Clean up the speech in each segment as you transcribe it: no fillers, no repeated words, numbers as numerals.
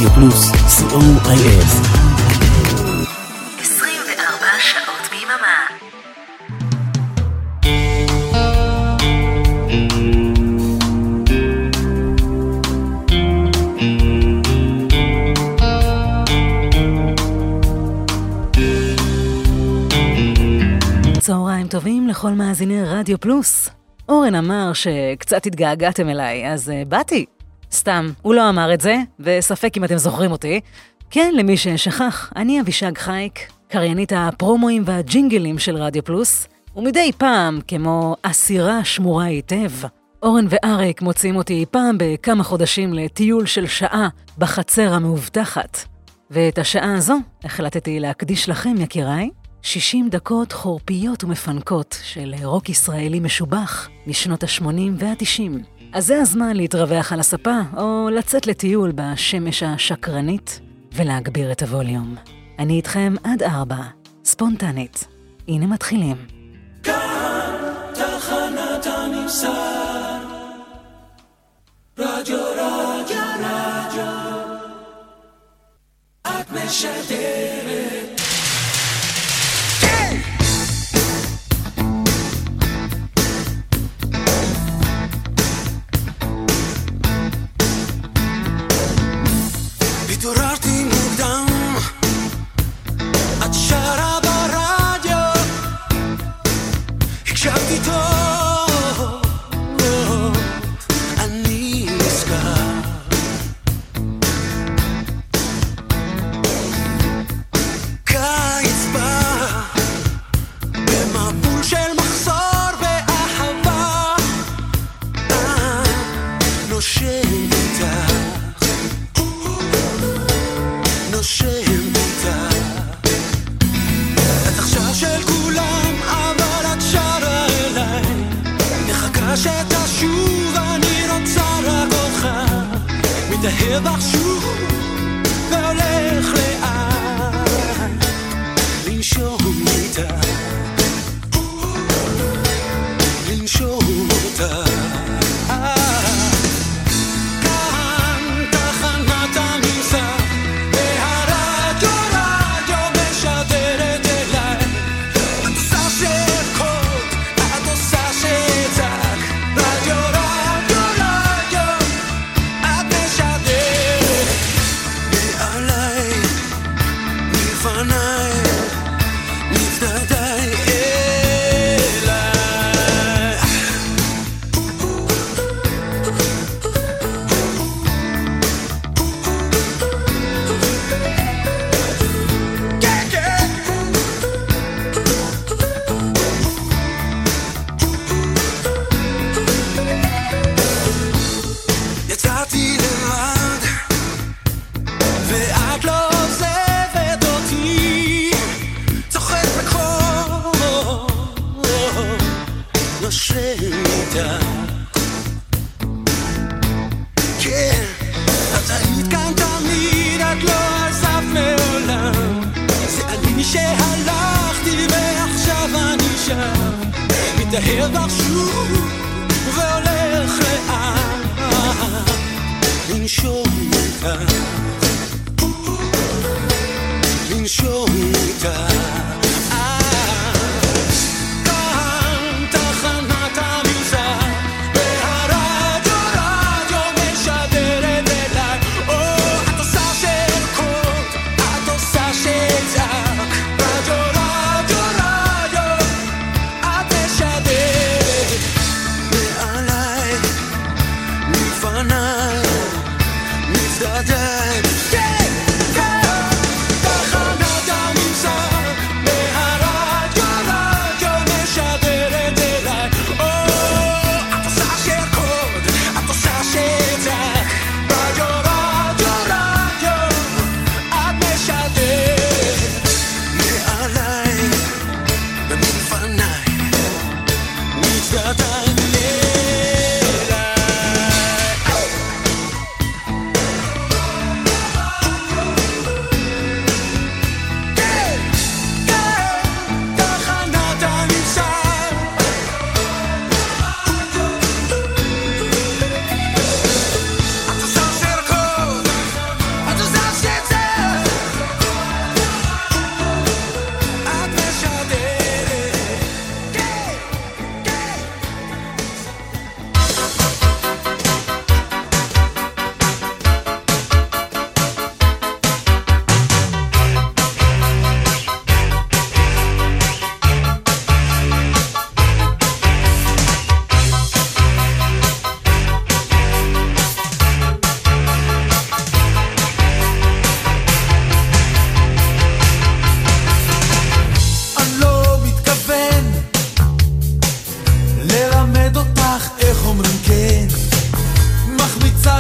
רדיו פלוס, co.il. 24 שעות ביממה. צהריים טובים לכל מאזיני רדיו פלוס. אורן אמר שקצת התגעגעתם אליי, אז באתי. סתם, הוא לא אמר את זה, וספק אם אתם זוכרים אותי. כן, למי ששכח, אני אבישג חייק, קריינית הפרומואים והג'ינגלים של רדיו פלוס, ומדי פעם, כמו אסירה שמורה היטב, אורן ואריק מוצאים אותי פעם בכמה חודשים לטיול של שעה בחצר המאובטחת. ואת השעה הזו החלטתי להקדיש לכם, יקיריי, 60 דקות חורפיות ומפנקות של רוק ישראלי משובח משנות ה-80 וה-90. אז זה הזמן להתרווח על הספה או לצאת לטיול בשמש השקרנית ולהגביר את הווליום. אני איתכם עד 4, ספונטנית. הנה מתחילים. כאן תחנת הממסר, רדיו רדיו רדיו, את משדרת. התעוררתי מוקדם, את שרה ברדיו, הקשבתי טוב, אני נזכר. קיץ בא במבול של מחסור באהבה, נושם איתך, נושם איתך. את עכשיו של כולם, אבל את שרה אליי, מחכה שתשוב, אני רוצה רק אותך, מתאהב בך שוב והולך לאט, לנשום איתך, לנשום אותך.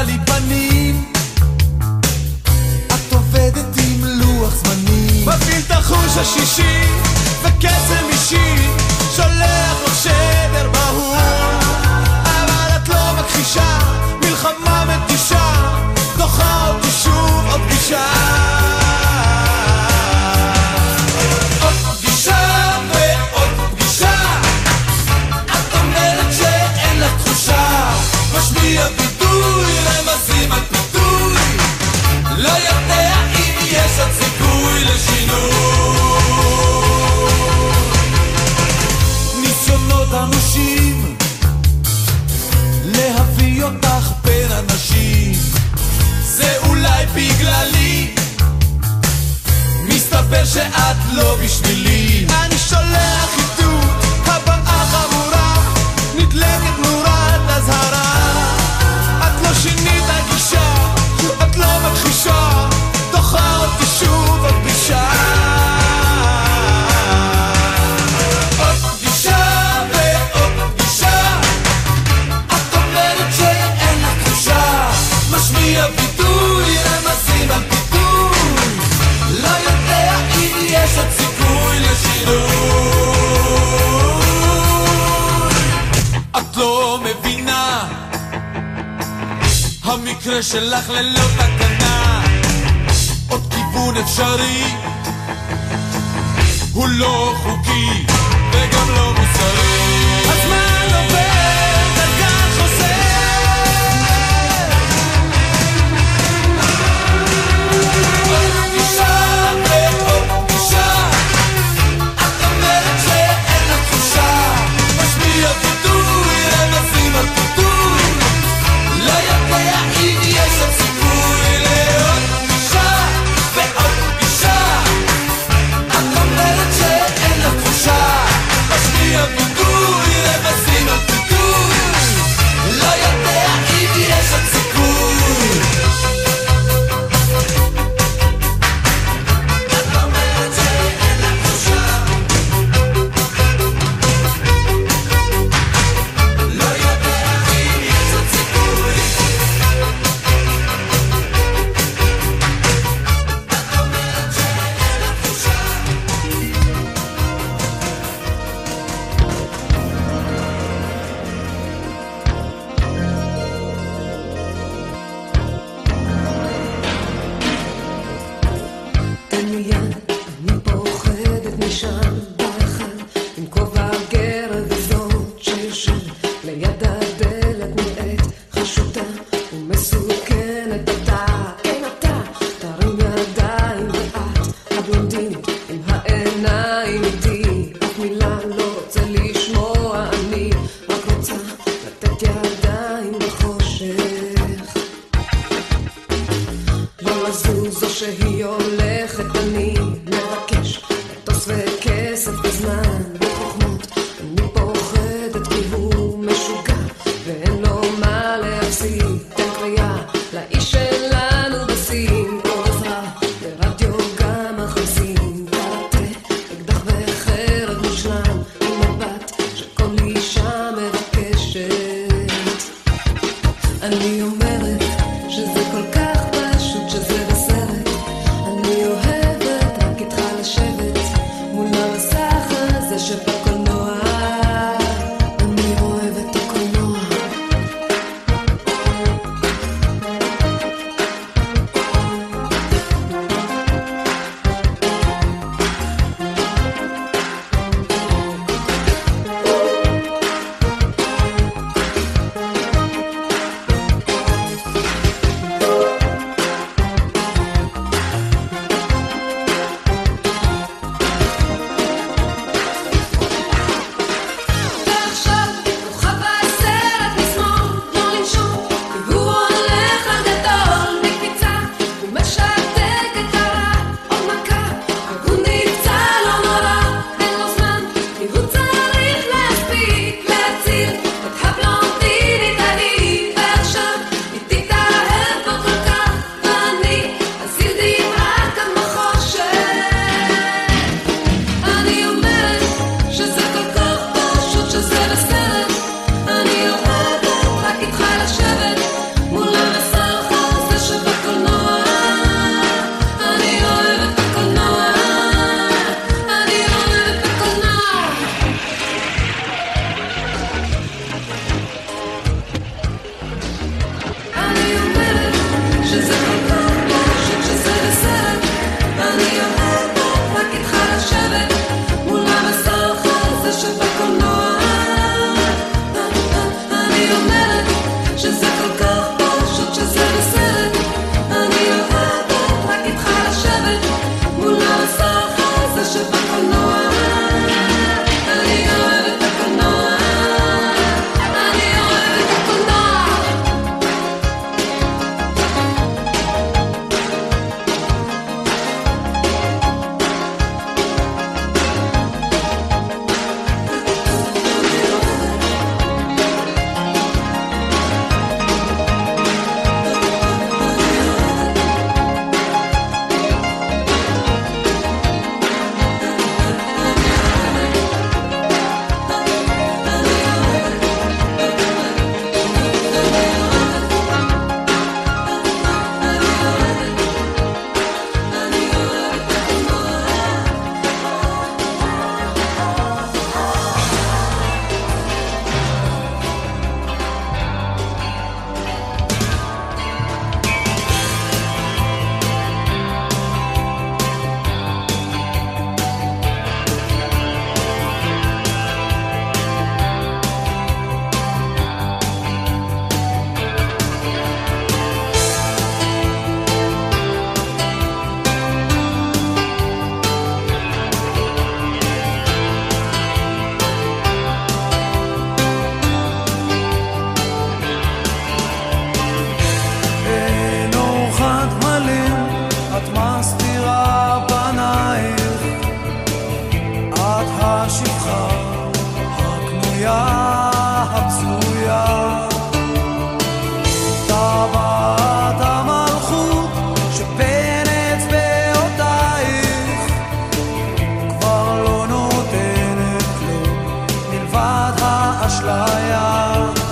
עושה לי פנים, את עובדת עם לוח זמנים, מפעיל את החוש השישי וקסם אישי, שולח לך שדר בהול, אבל את לא מכחישה, מלחמה מתישה, דוחה אותי שוב עוד פגישה, עוד פגישה ועוד פגישה, את אומרת שאין לך תחושה, משמיע ביטוי, רמזים על פיתוי, לא יודע אם יש עוד סיכוי לשינוי, ניסיונות אנושים להביא אותך בין אנשים, זה אולי בגללי, מסתבר שאת לא בשבילי, אני שולח חיתות, הבאה חמורה, נדלקת נורת אזהרה, את לא שינית הגישה, את לא מכחישה, דוחה אותי שוב עוד פגישה, עוד פגישה ועוד פגישה, את אומרת שאין לך תחושה, משמיע ביטוי, רמזים על פיתוי, לא יודע אם יש עוד סיכוי לשינוי, את לא מבינה, המקרה שלך ללא תקנה, עוד כיוון אפשרי, הוא לא חוקי וגם לא מוסרי, הזמן עובר, דרכן חוזר, עוד פגישה ועוד פגישה, את אומרת שאין לך תחושה, משמיע ביטוי, רמזים על פיתוי, לא יודע אם יש עוד סיכוי לעוד פגישה ועוד פגישה, את אומרת שאין לך תחושה, משמיע ביטוי, רמזים על פיתוי, לא יודע אם יש עוד סיכוי, את אומרת שאין לך תחושה, לא יודע אם יש עוד סיכוי, תן לי יד, אני פוחדת משם באחד, עם כובע גרב וזאת שיושב ליד הדלת נראית חשוטה ומסוכנת, אתה, כן אתה, תרים ידיים ואת הבלונדינית עם העיניים איתי, אף מילה לא רוצה לשמוע, אני רק רוצה לתת ידיים בחושך, לא לזוז או שהיא הולכת, אני מבקש מטוס וכסף בזמן וחוכמות, אני פוחדת כי הוא משוגע ואין לו מה להפסיד, תן קריאה לאיש שלנו בסין, או עזרה ברדיו גם מכניסים, קראטה, אקדח וחרב מושלם, עם מבט שכל אישה מבקשת, אני אומרת שזה כל כך פשוט שזה בסרט, אני אוהבת רק איתך לשבת מול המסך הזה שבקולנוע, אני אוהבת את הקולנוע, ביד.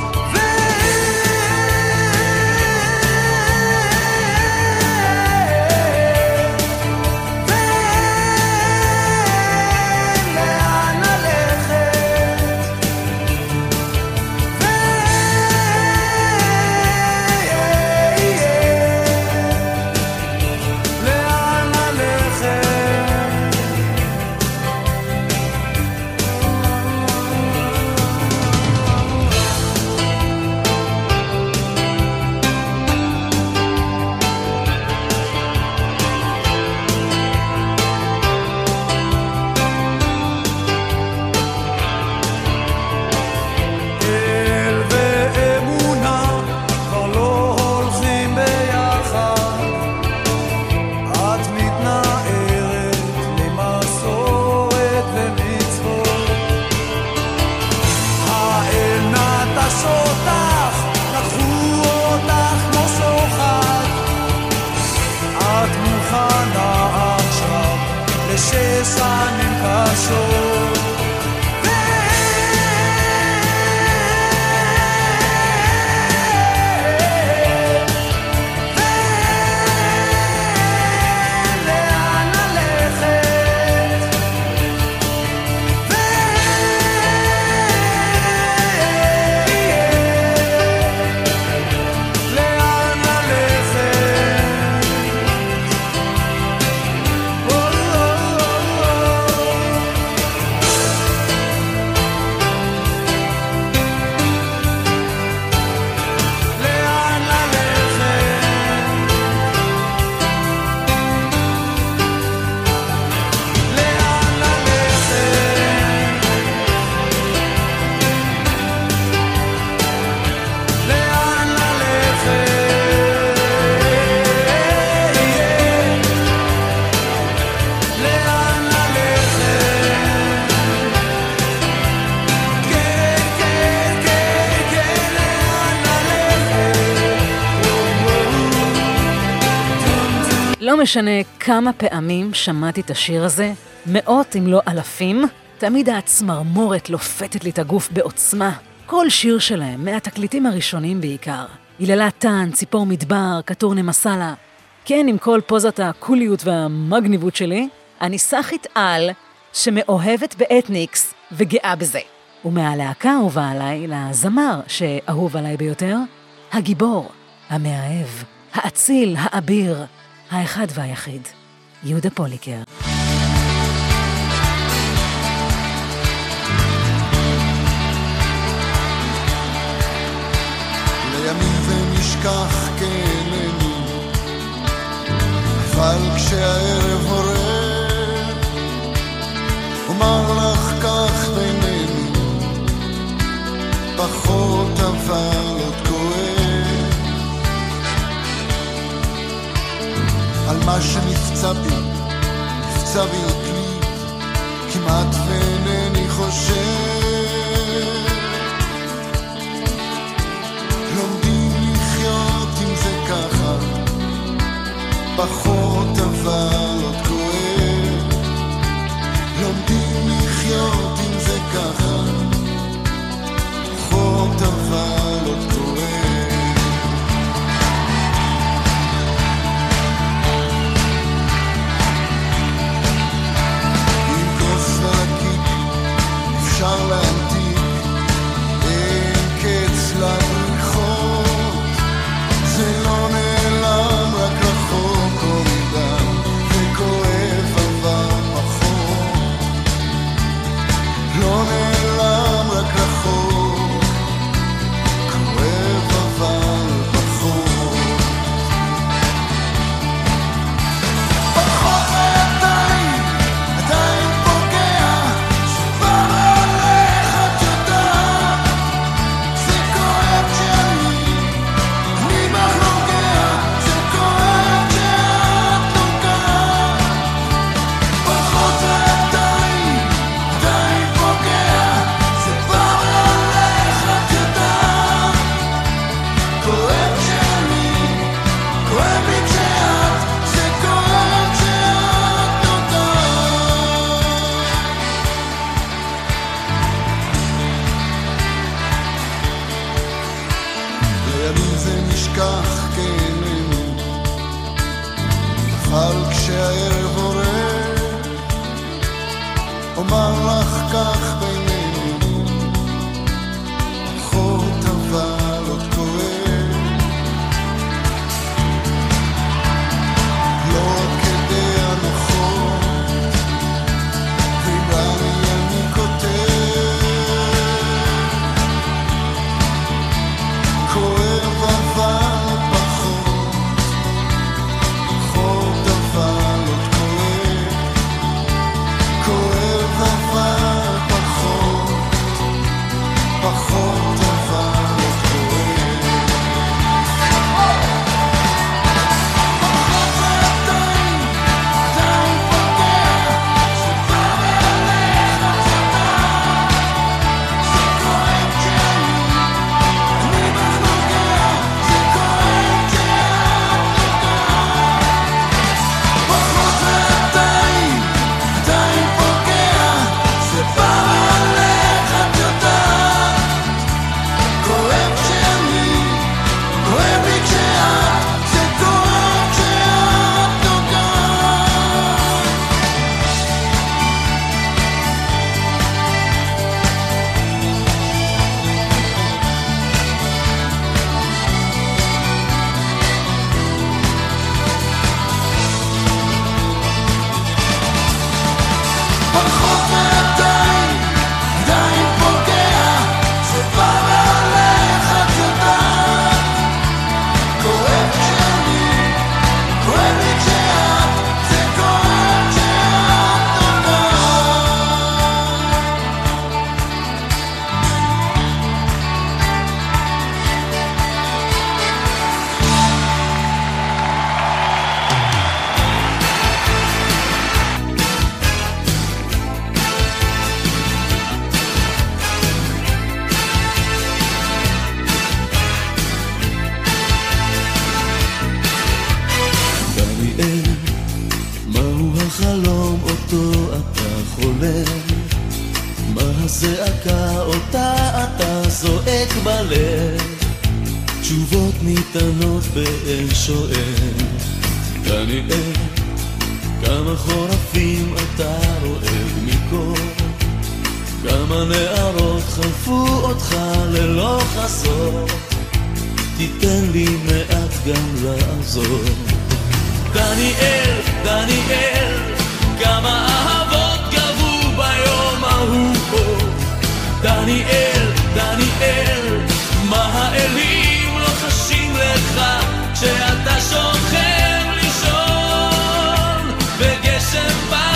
לא משנה כמה פעמים שמעתי את השיר הזה, מאות אם לא אלפים, תמיד הצמרמורת לופתת לי את הגוף בעוצמה. כל שיר שלהם, מהתקליטים הראשונים בעיקר. היללה טן, ציפור מדבר, קטורנה מסלה. כן, עם כל פוזת הקוליות והמגניבות שלי, אני סחית על שמאוהבת באתניקס וגאה בזה. ומהלהקה אהובה עליי לזמר שאהוב עליי ביותר, הגיבור, המאהב, האציל, האביר, האחד והיחיד, יהודה פוליקר. לימים ונשכח כאינני, אבל כשהערב עורר, אומר לך כך בינינו, פחות אבל עוד כואב, על מה שנפצע בי, נפצע בי אותי, כמעט ואינני חושב. לומדים לחיות עם זה ככה, פחות אבל עוד כואב. לומדים לחיות עם זה ככה, פחות אבל עוד כואב. עם כוס להקיק אפשר להנתיק, אין קץ לבריחות, זה לא נעלם רק רחוק הורידה, בימים זה נשכח כאיננו, אבל כשהערב עורר אומר לך כך בינינו, פחות אבל עוד כואב, לא כדי הנוחות ואמרני אני כותב, כואב אבל פחות, פחות אבל עוד כואב, כואב אבל פחות, פחות אבל עוד כואב. פחות ועדיין, עדיין פוגע, שבא ועליך צדק, זה כואב כשאני בך נוגע, זה כואב כשאת נוגעת. פחות ועדיין, עדיין פוגע, זה בא ועליך את יודעת, כואב כשאני, כואב לי כשאת, זה כואב כשאת נוגעת. פחות ועדיין, עדיין פוגע, זה בא ועליך את יודעת, כואב כשאני, כואב לי כשאת, זה כואב כשאת נוגעת. דניאל, מהו החלום אותו אתה חולם? מה הזעקה אותה אתה זועק בלב? תשובות ניתנות באין שואל. דניאל, כמה חורפים אתה רועד מקור, כמה נערות חלפו אותך ללא חזור, תיתן לי מעט גם לעזור. דניאל, דניאל, כמה אהבות גבו ביום ההוא פה. דניאל, דניאל, מה האלים לא חשים לך כשאתה שוכב לישון בגשם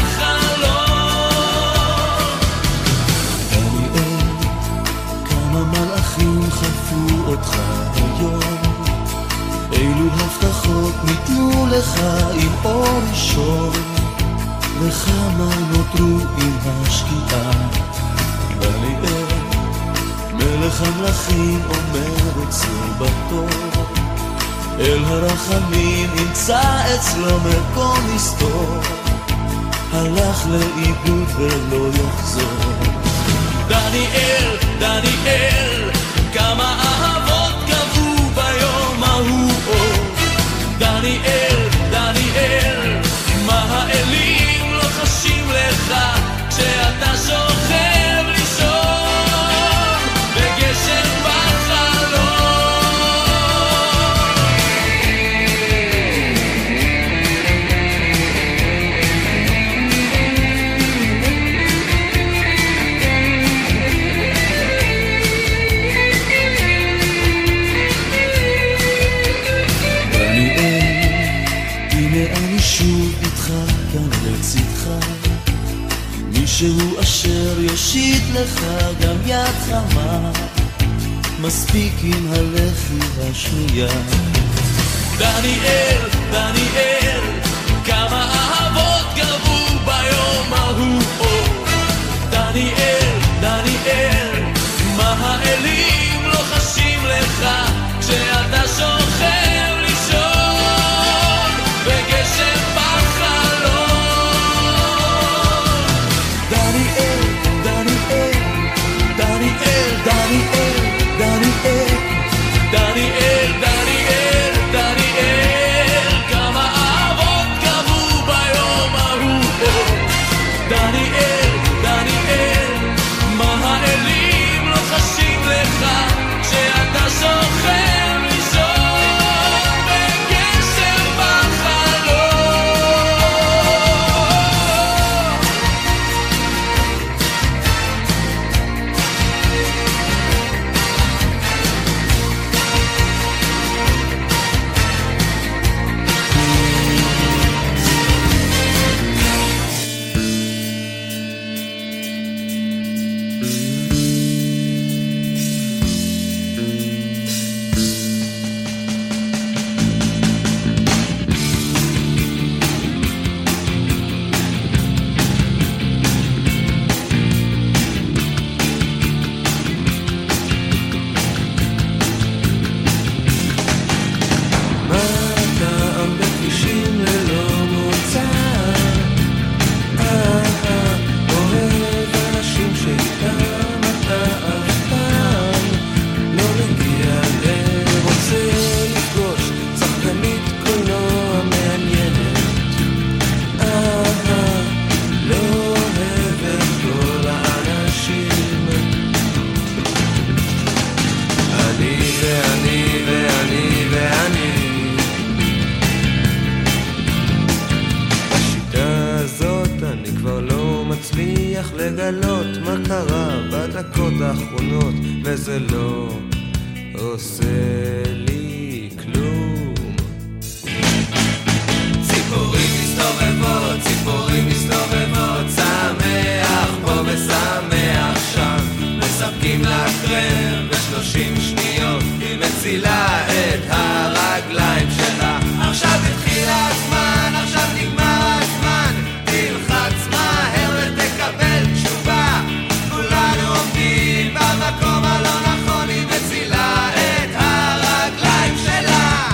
בחלום. דניאל, כמה מלאכים חלפו אותך היום, אילו הבטחות ניתנו לך עם אור ראשון, וכמה נותרו עם השקיעה. דניאל, מלך המלכים אומר אצלו בתור, אל הרחמים ימצא אצלו מקום מסתור, הלך לאיבוד ולא יחזור. דניאל, דניאל, כמה אהבות גבו ביום ההוא אור. דניאל, דניאל, מה האלים לא חשים לך כשאתה שוכב לישון בגשם בחלום. שוב איתך כאן לצדך, מישהו אשר יושיט לך גם יד חמה, מספיק עם הלחי השנייה. דניאל, דניאל, כמה אהבות גבו ביום ההוא אור. דניאל, דניאל, מה האלים לא חשים לך כשאתה שוכב לישון בגשם בחלום. דניאל, דניאל, דניאל, דניאל, דניאל, דניאל, לגלות מה קרה בדקות האחרונות, וזה לא עושה לי כלום. ציפורים מסתובבות, ציפורים מסתובבות, שמח פה ושמח שם, מספקים לה קרם ב30 שניות, היא מצילה את הרגליים שלה. עכשיו התחיל הזמן, עכשיו נגמר הזמן, תלחץ מהר ותקבל תשובה, כולנו עומדים במקום הלא נכון, היא מצילה את הרגליים שלה.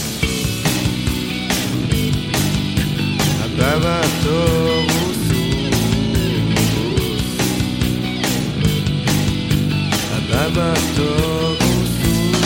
הבא בתור הוא סוס, הבא בתור הוא סוס.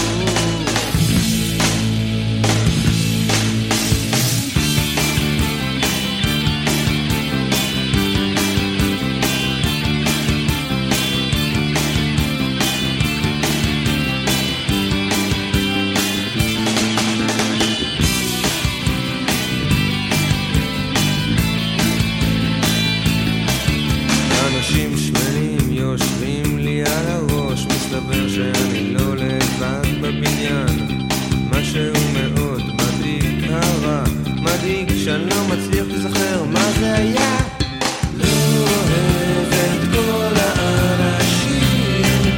אנשים שמנים יושבים לי על הראש, מסתבר שאני לא לבד בבניין, משהו מאוד מדאיג, הרע מדאיג שאני לא מצליח לזכר מה זה היה. לא אוהב את כל האנשים,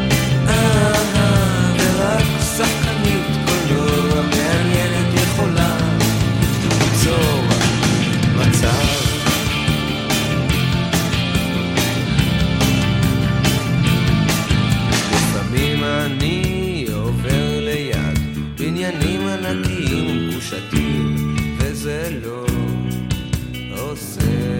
ורק שחקנית קולנוע מעניינת יכולה ליצור מצב. אני עובר ליד בניינים ענקיים וקושתים, וזה לא עושה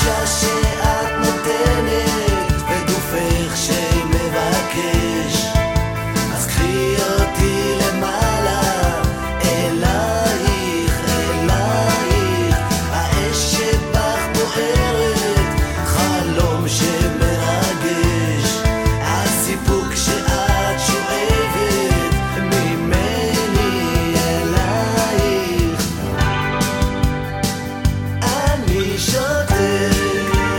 התחושה שאת נותנת וגופך שמבקש, אז קחי אותי למעלה אלייך, אלייך, האש שבך בוערת, חלום שמרגש, הסיפוק שאת שואבת ממני אלייך, אני שותק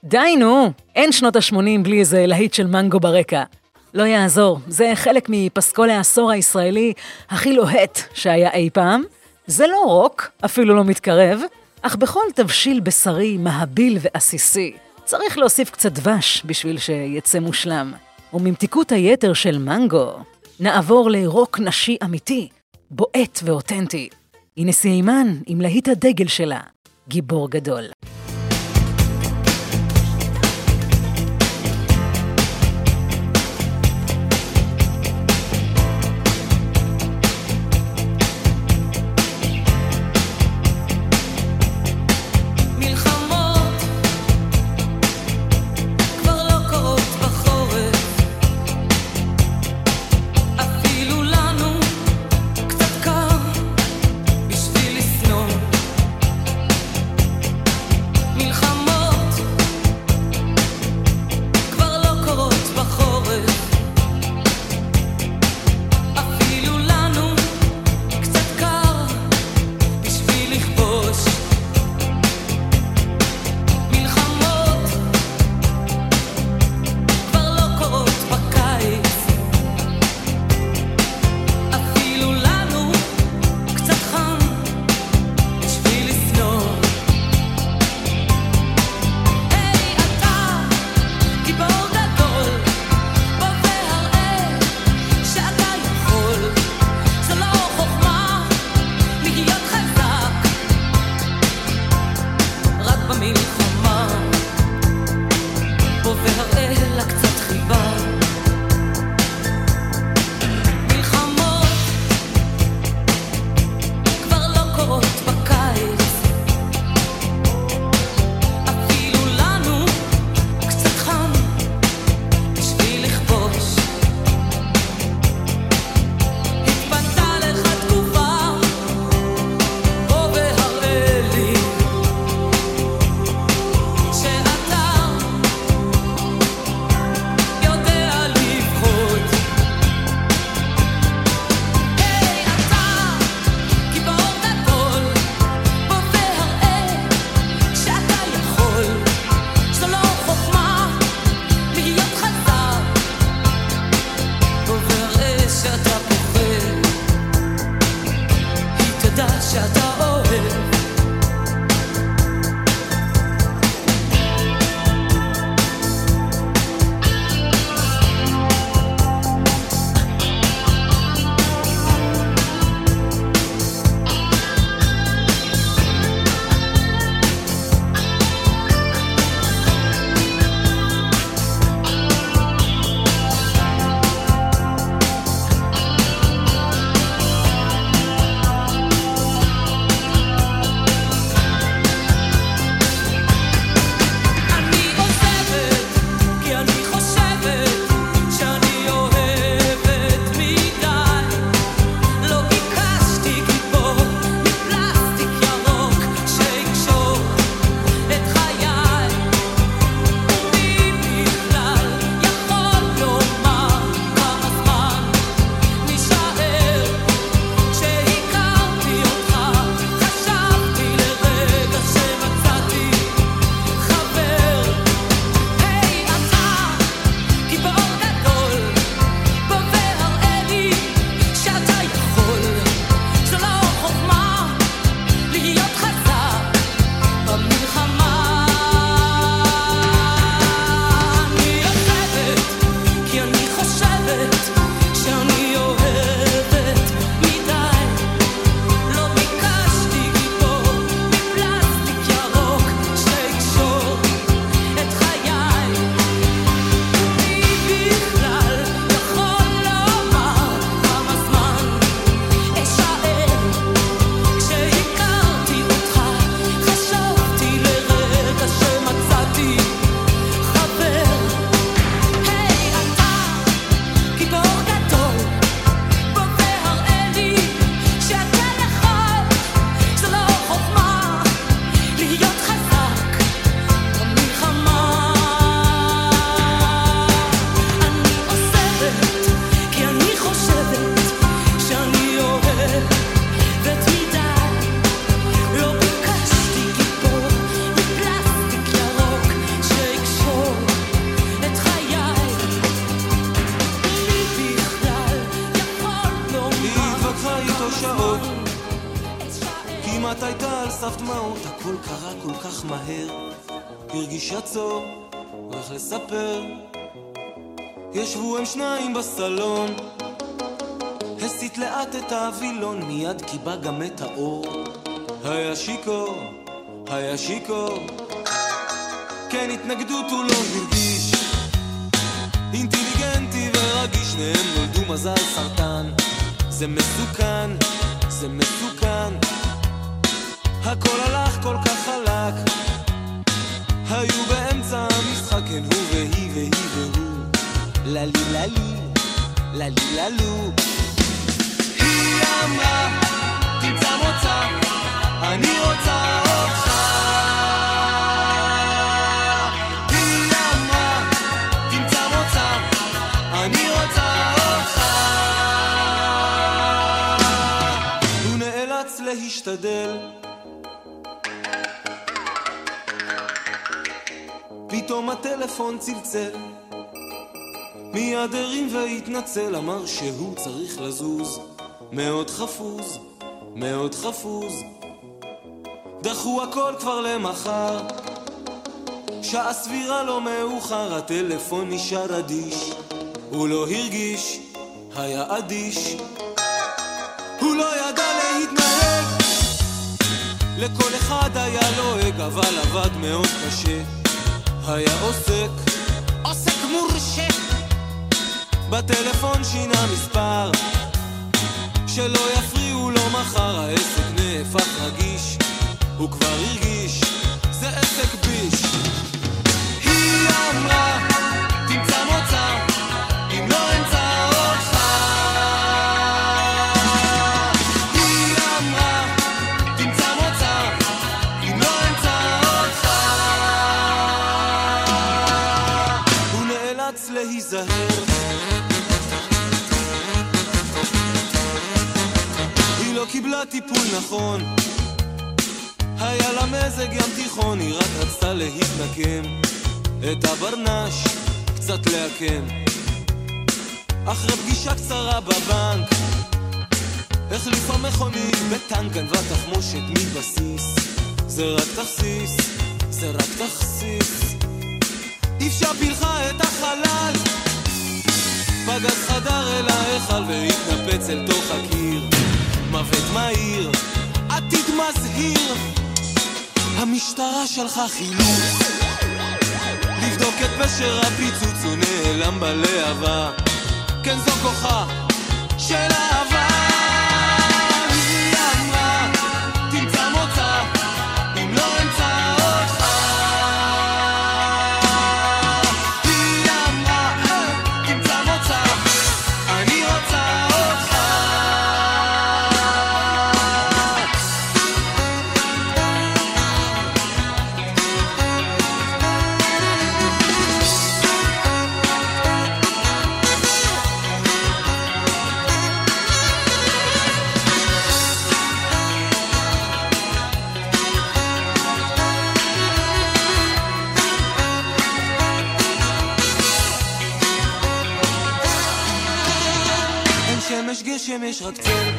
די נו, אין שנות ה-80 בלי איזה להיט של מנגו ברקע. לא יעזור, זה חלק מפסקול העשור הישראלי הכי לוהט שהיה אי פעם. זה לא רוק, אפילו לא מתקרב, אך בכל תבשיל בשרי, מהביל ועסיסי, צריך להוסיף קצת דבש בשביל שיצא מושלם. וממתיקות היתר של מנגו, נעבור לרוק נשי אמיתי, בועט ואותנטי. הנה סיימן עם להיט הדגל שלה, גיבור גדול. הכל קרה כל כך מהר, הרגישה צור, איך לספר. ישבו הם שניים בסלון, הסיט לאט את האבילון, מיד קיבה גם את האור. היה שיקור, היה שיקור, כן התנגדות הוא לא הרגיש. אינטליגנטי ורגיש, שניהם נולדו מזל סרטן. זה מסוכן, זה מסוכן, הכל הלך כל כך חלק. היו באמצע המשחק, כן הוא והיא והיא והוא, ללי ללי, ללי ללו. היא אמרה, תמצא מוצא, אני רוצה אותך. היא אמרה, תמצא מוצא, אני רוצה אותך. הוא נאלץ להשתדל, פתאום הטלפון צלצל, מיד הרים והתנצל, אמר שהוא צריך לזוז, מאוד חפוז, מאוד חפוז. דחו הכל כבר למחר, שעה סבירה לא מאוחר, הטלפון נשאר אדיש. הוא לא הרגיש, היה אדיש, הוא לא ידע להתנהג, לכל אחד היה לועג, אבל עבד מאוד קשה. היה עוסק, עוסק מורשה, בטלפון שינה מספר, שלא יפריעו לו מחר. העסק נהפך רגיש, הוא כבר הרגיש, זה עסק ביש. היא אמרה, תמצא מוצא, אם לא אמצא אותך. היא אמרה, תמצא מוצא, אם לא אמצא אותך. הוא נאלץ להיזהר, היא לא קיבלה טיפול נכון, היה לה מזג ים תיכון, היא רק רצתה להתנקם, את הברנש קצת להקם. אחרי פגישה קצרה בבנק, החליפה מכונית בטנק, גנבה תחמושת מבסיס. זה רק תכסיס, זה רק תכסיס. אפשר פילחה את החלל, פגז חדר אל ההיכל והתנפץ אל תוך הקיר. מוות מהיר, עתיד מזהיר, המשטרה שלחה חילוץ לבדוק את פשר הפיצוץ, הוא נעלם בלהבה, כן זו כוחה של אהבה. היא אמרה, תמצא מוצא, אם לא אמצא אותך. היא אמרה, תמצא מוצא, אני רוצה אותך. שמש גשם יש רק צל,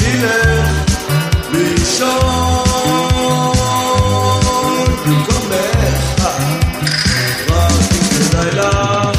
בשבילך לישון במקומך רק כדאי לך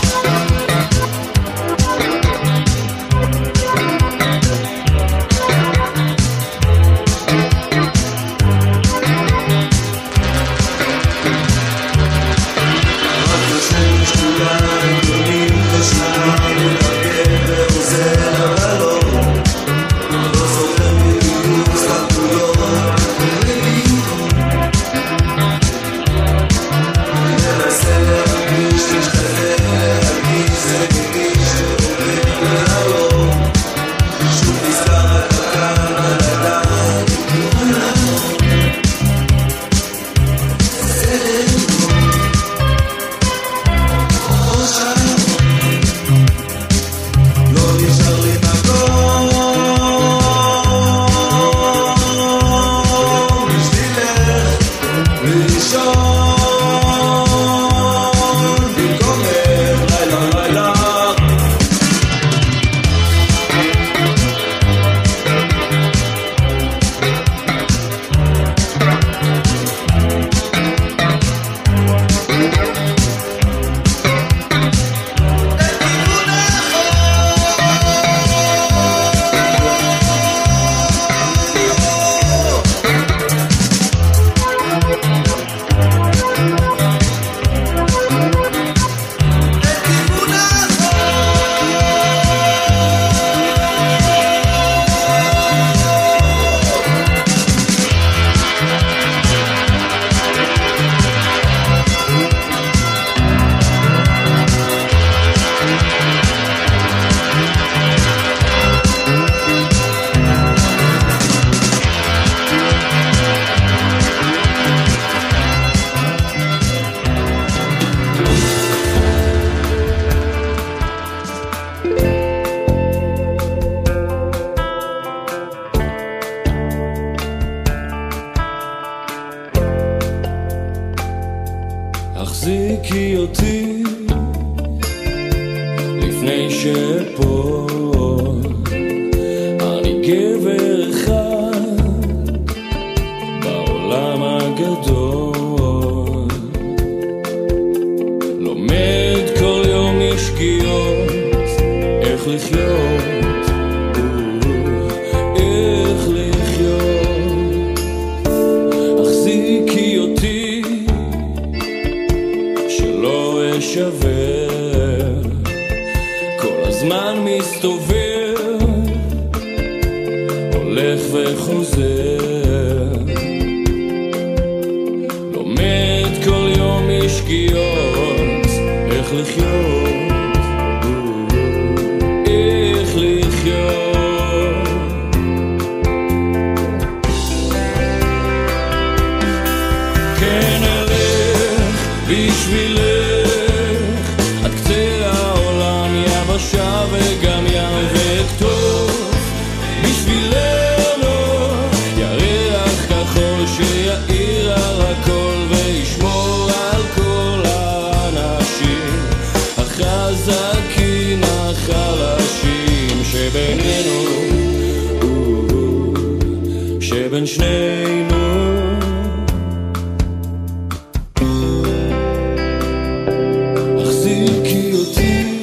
החזיקי אותי לפני שפול אני גבר אחד בעולם הגדול לומד כל יום משגיאות איך לחיות איך לחיות החזיקי אותי שלא אשבר כל הזמן מסתובב הולך וחוזר לומד כל יום משגיאות איך לחיות איך לחיות כן אלך בשבילך עד קצה העולם יבשה וגם ים וכתוב בשבילנו ירח כחול שיעיר על הכל וישמור על כל האנשים החזקים החלשים שבינינו שבין שנינו החזיקי אותי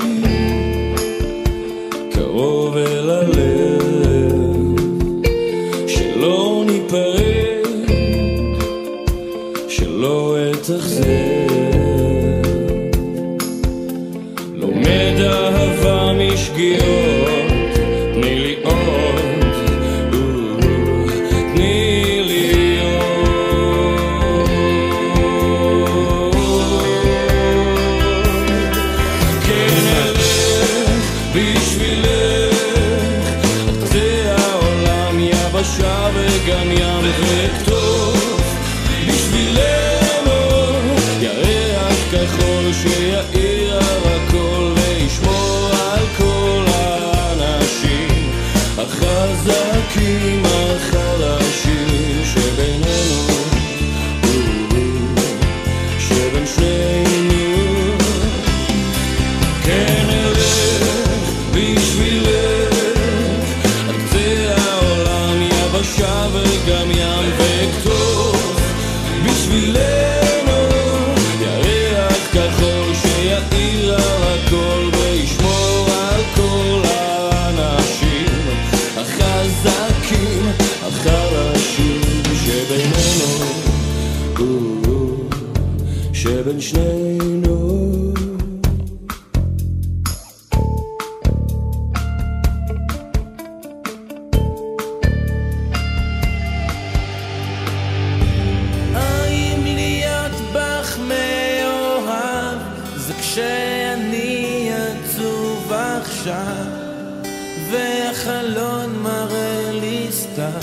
קרוב אל הלב שלא ניפרד שלא אתאכזב לומד אהבה משגיאות תני לי עוד תני לי עוד כן אלך בשבילך עד קצה העולם יבשה וגם ים וכתוב בשבילנו ירח כחול שיעיר על הכל וישמור על כל האנשים החזקים החלשים שבינינו שבין שנינו כן אלך בשבילך עד קצה העולם בין שנינו. האם להיות בך מאוהב זה כשאני עצוב עכשיו והחלון מראה לי סתם?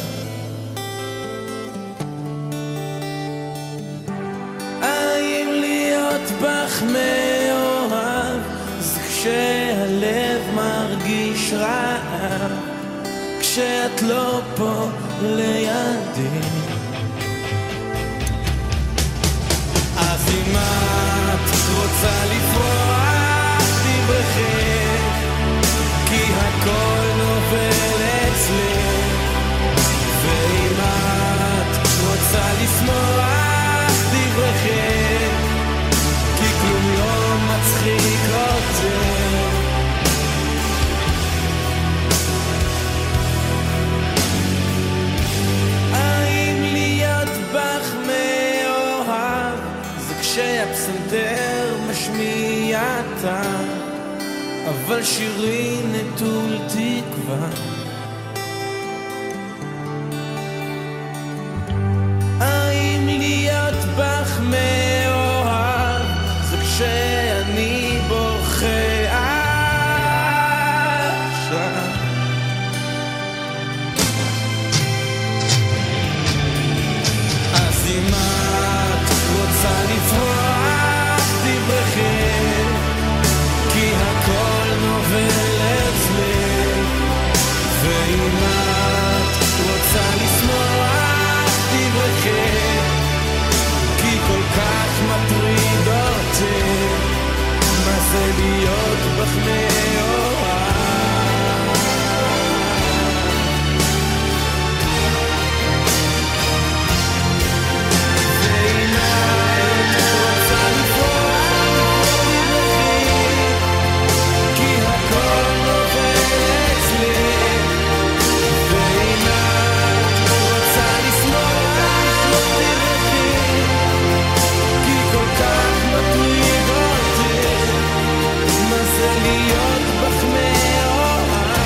האם להיות בך מאוהב זה כשהלב מרגיש רעב כשאת לא פה לידי? אז אם את רוצה לפרוח תברחי כי הכל נובל אצלך, ואם את רוצה לשמוח תברחי כי כלום לא מצחיק אותך. האם להיות בך מאוהב זה כשהפסנתר משמיע טעם אבל שירי נטול תקווה? האם להיות בך מאוהב זה כשאני בוכה עכשיו? אז אם את רוצה לפרוח תברחי כי הכל נובל אצלך, ואם את רוצה לשמוח תברחי כי כל כך מטריד אותך מה זה להיות בך מאוהב. ואם את רוצה לפרוח תברחי כי הכל נובל אצלך, ואם את רוצה לשמוח תברחי כי כל כך מטריד אותך מה זה להיות בך מאוהב.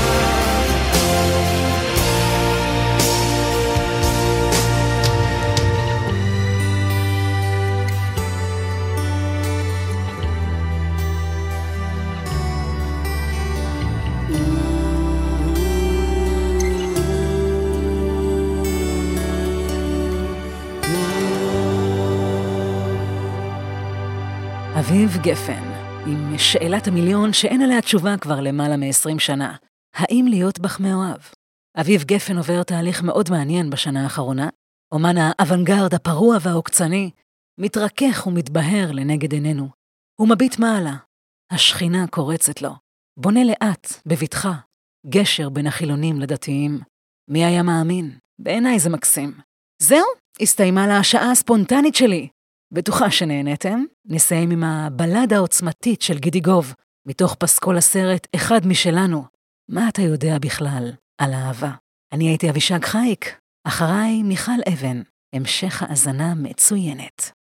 אביב גפן, עם שאלת המיליון שאין עליה תשובה כבר למעלה מ-20 שנה. האם להיות בך מאוהב? אביב גפן עובר תהליך מאוד מעניין בשנה האחרונה. אומן האוונגרד הפרוע והעוקצני מתרכך ומתבהר לנגד עינינו. הוא מביט מעלה. השכינה קורצת לו. בונה לאט, בבטחה. גשר בין החילונים לדתיים. מי היה מאמין? בעיניי זה מקסים. זהו, הסתיימה לה השעה הספונטנית שלי. בטוחה שנהנתם, נסיים עם הבלדה העוצמתית של גידיגוב, מתוך פסקול הסרט אחד משלנו. מה אתה יודע בכלל על אהבה? אני הייתי אבישג חייק, אחריי מיכל אבן, המשך האזנה מצוינת.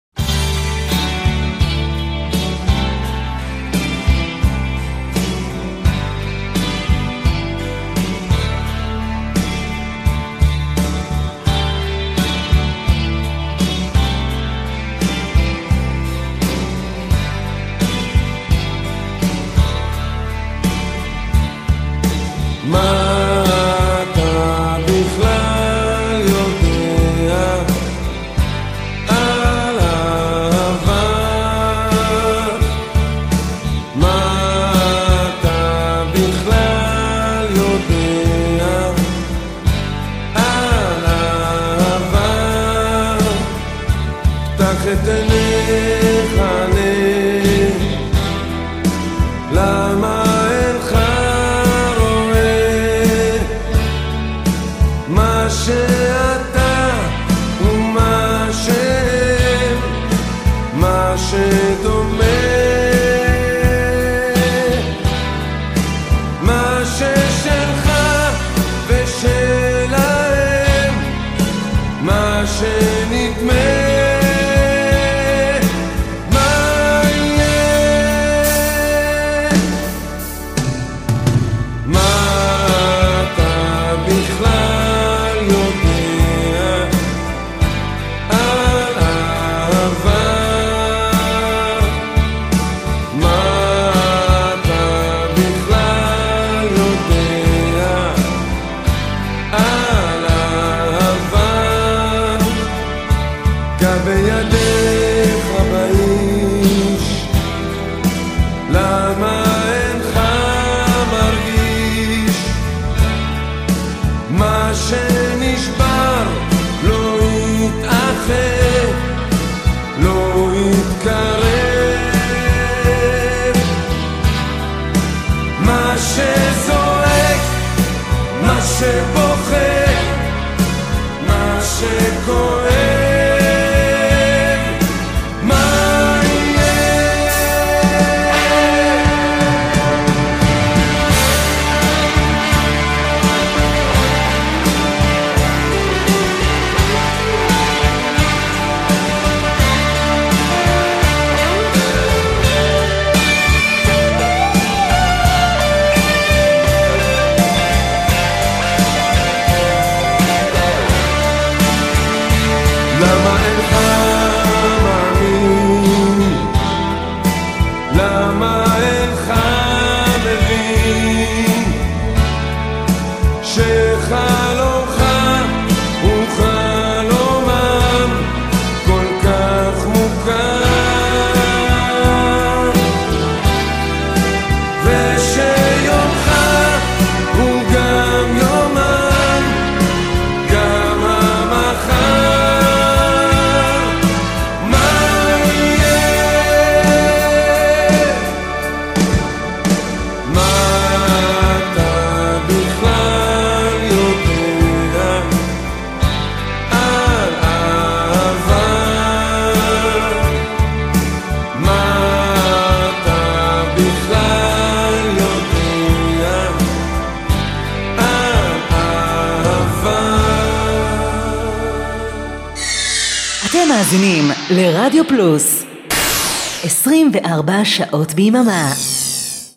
מה אתה בכלל יודע על אהבה? מה אתה בכלל יודע על אהבה? פתח את עיניך למה שאתה ומה שהם, מה שדומה, מה ששלך ושלהם, מה שנדמה, מה שנשבר לא יתאחד, לא יתקרב. מה שזועק, מה שבוכה, מה שכואב, מה יהיה? למה אינך מאמין? למה אינך מבין שחלומך הוא חלומם כל כך מוכר, ושיומך הוא גם יומם, גם המחר. אתם מאזינים לרדיו פלוס 24 שעות ביממה.